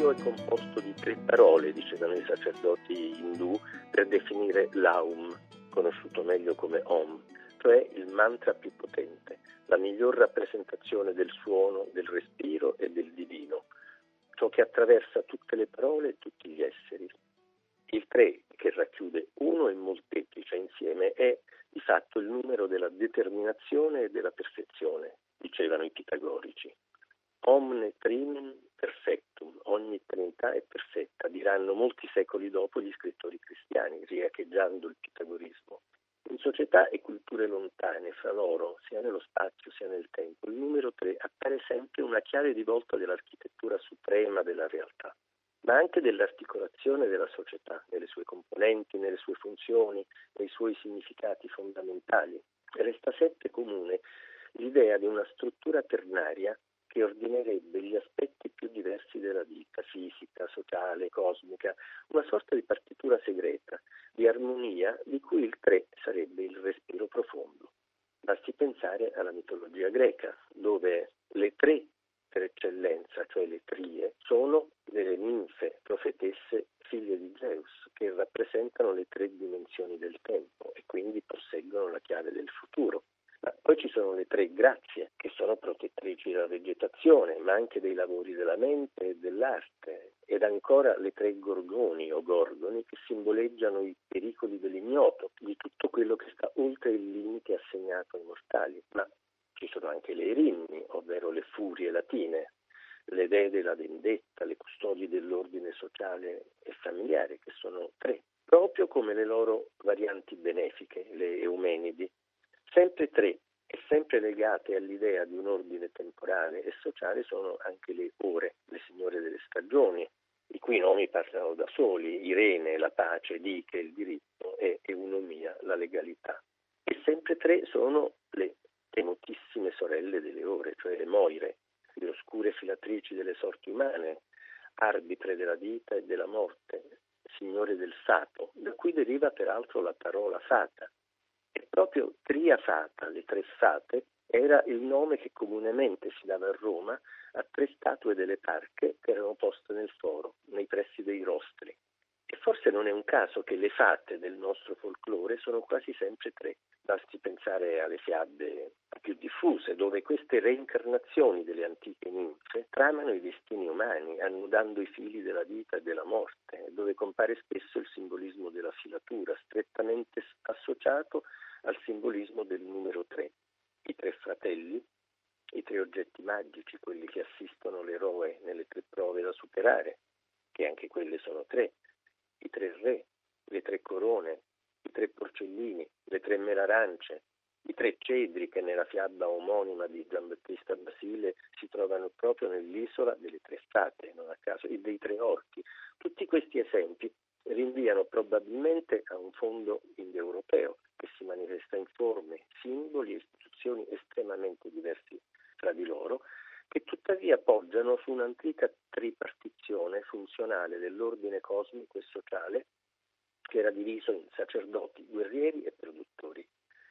Dio è composto di 3 parole, dicevano i sacerdoti indù, per definire l'Aum, conosciuto meglio come Om, cioè il mantra più potente, la miglior rappresentazione del suono, del respiro e del divino, ciò che attraversa tutte le parole e tutti gli esseri. Il 3, che racchiude uno e molteplice insieme, è di fatto il numero della determinazione e della perfezione, dicevano i pitagorici. Omne trinum perfectum, ogni trinità è perfetta, diranno molti secoli dopo gli scrittori cristiani, riecheggiando il pitagorismo. In società e culture lontane fra loro, sia nello spazio sia nel tempo, il numero 3 appare sempre una chiave di volta dell'architettura suprema della realtà, ma anche dell'articolazione della società, nelle sue componenti, nelle sue funzioni, nei suoi significati fondamentali. Resta sempre comune l'idea di una struttura ternaria che ordinerebbe gli aspetti più diversi della vita, fisica, sociale, cosmica, una sorta di partitura segreta, di armonia di cui il 3 sarebbe il respiro profondo. Basti pensare alla mitologia greca, dove le 3 per eccellenza, cioè le trie, sono delle ninfe, profetesse, figlie di Zeus, che rappresentano le 3 dimensioni del tempo e quindi posseggono la chiave del futuro. Ma poi ci sono le 3 grazie, che sono protettrici della vegetazione, ma anche dei lavori della mente e dell'arte, ed ancora le 3 gorgoni o gorgoni, che simboleggiano i pericoli dell'ignoto, di tutto quello che sta oltre il limite assegnato ai mortali. Ma ci sono anche le Erinni, ovvero le furie latine, le dee della vendetta, le custodie dell'ordine sociale e familiare, che sono 3, proprio come le loro varianti benefiche, le Eumenidi. Sempre 3 e sempre legate all'idea di un ordine temporale e sociale sono anche le ore, le signore delle stagioni, i cui nomi parlano da soli: Irene, la pace, Dike, il diritto, e Eunomia, la legalità. E sempre 3 sono le temutissime sorelle delle ore, cioè le Moire, le oscure filatrici delle sorti umane, arbitre della vita e della morte, signore del fato, da cui deriva peraltro la parola fata. E proprio Tria Fata, le 3 fate, era il nome che comunemente si dava a Roma a 3 statue delle Parche che erano poste nel foro, nei pressi dei rostri. E forse non è un caso che le fate del nostro folklore sono quasi sempre 3. Basti pensare alle fiabe più diffuse, dove queste reincarnazioni delle antiche ninfe tramano i destini umani, annudando i fili della vita e della morte, dove compare spesso il simbolismo della filatura, strettamente associato al simbolismo del numero 3. I 3 fratelli, i 3 oggetti magici, quelli che assistono l'eroe nelle 3 prove da superare, che anche quelle sono 3, i 3 re, le 3 corone, i 3 porcellini, le 3 melarance, i 3 cedri che nella fiaba omonima di Giambattista Basile si trovano proprio nell'isola delle 3 fate, non a caso, e dei 3 orchi. Tutti questi esempi rinviano probabilmente a un fondo indoeuropeo che si manifesta in forme, simboli e istituzioni estremamente diversi tra di loro, che tuttavia poggiano su un'antica tripartizione funzionale dell'ordine cosmico e sociale che era diviso in sacerdoti, guerrieri e produttori.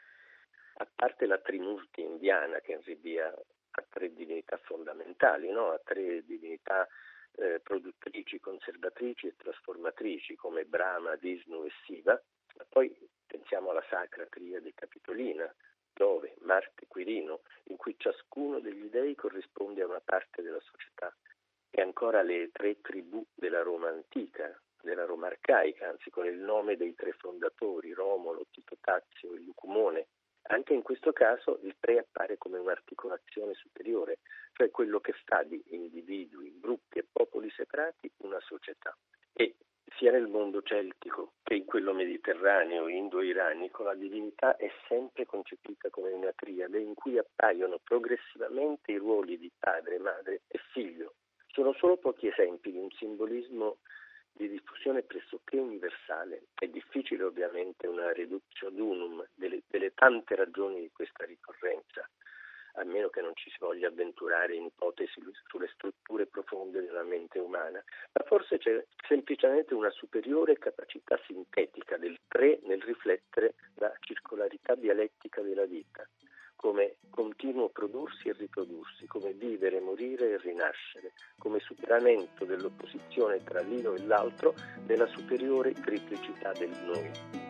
A parte la Trimurti indiana che rinvia a 3 divinità fondamentali, no? A 3 divinità produttrici, conservatrici e trasformatrici come Brahma, Vishnu e Siva, ma poi pensiamo alla sacra triade capitolina, dove Marte e Quirino, in cui ciascuno degli dei corrisponde a una parte della società, e ancora le 3 tribù della Roma antica, della Roma arcaica, anzi con il nome dei 3 fondatori, Romolo, Tito Tazio e Lucumone. Anche in questo caso il 3 appare come un'articolazione superiore, cioè quello che fa di individui, gruppi e popoli separati una società. E sia nel mondo celtico che in quello mediterraneo e indo-iranico la divinità è sempre concepita come una triade in cui appaiono progressivamente i ruoli di padre, madre e figlio. Sono solo pochi esempi di un simbolismo di diffusione pressoché universale. È difficile ovviamente una reductio ad unum delle tante ragioni di questa ricorrenza, a meno che non ci si voglia avventurare in ipotesi sulle strutture profonde della mente umana, ma forse c'è semplicemente una superiore capacità sintetica del 3 nel riflettere la circolarità dialettica della vita, come continuo prodursi e riprodursi, come vivere, morire e rinascere, come superamento dell'opposizione tra l'io e l'altro, della superiore triplicità del noi.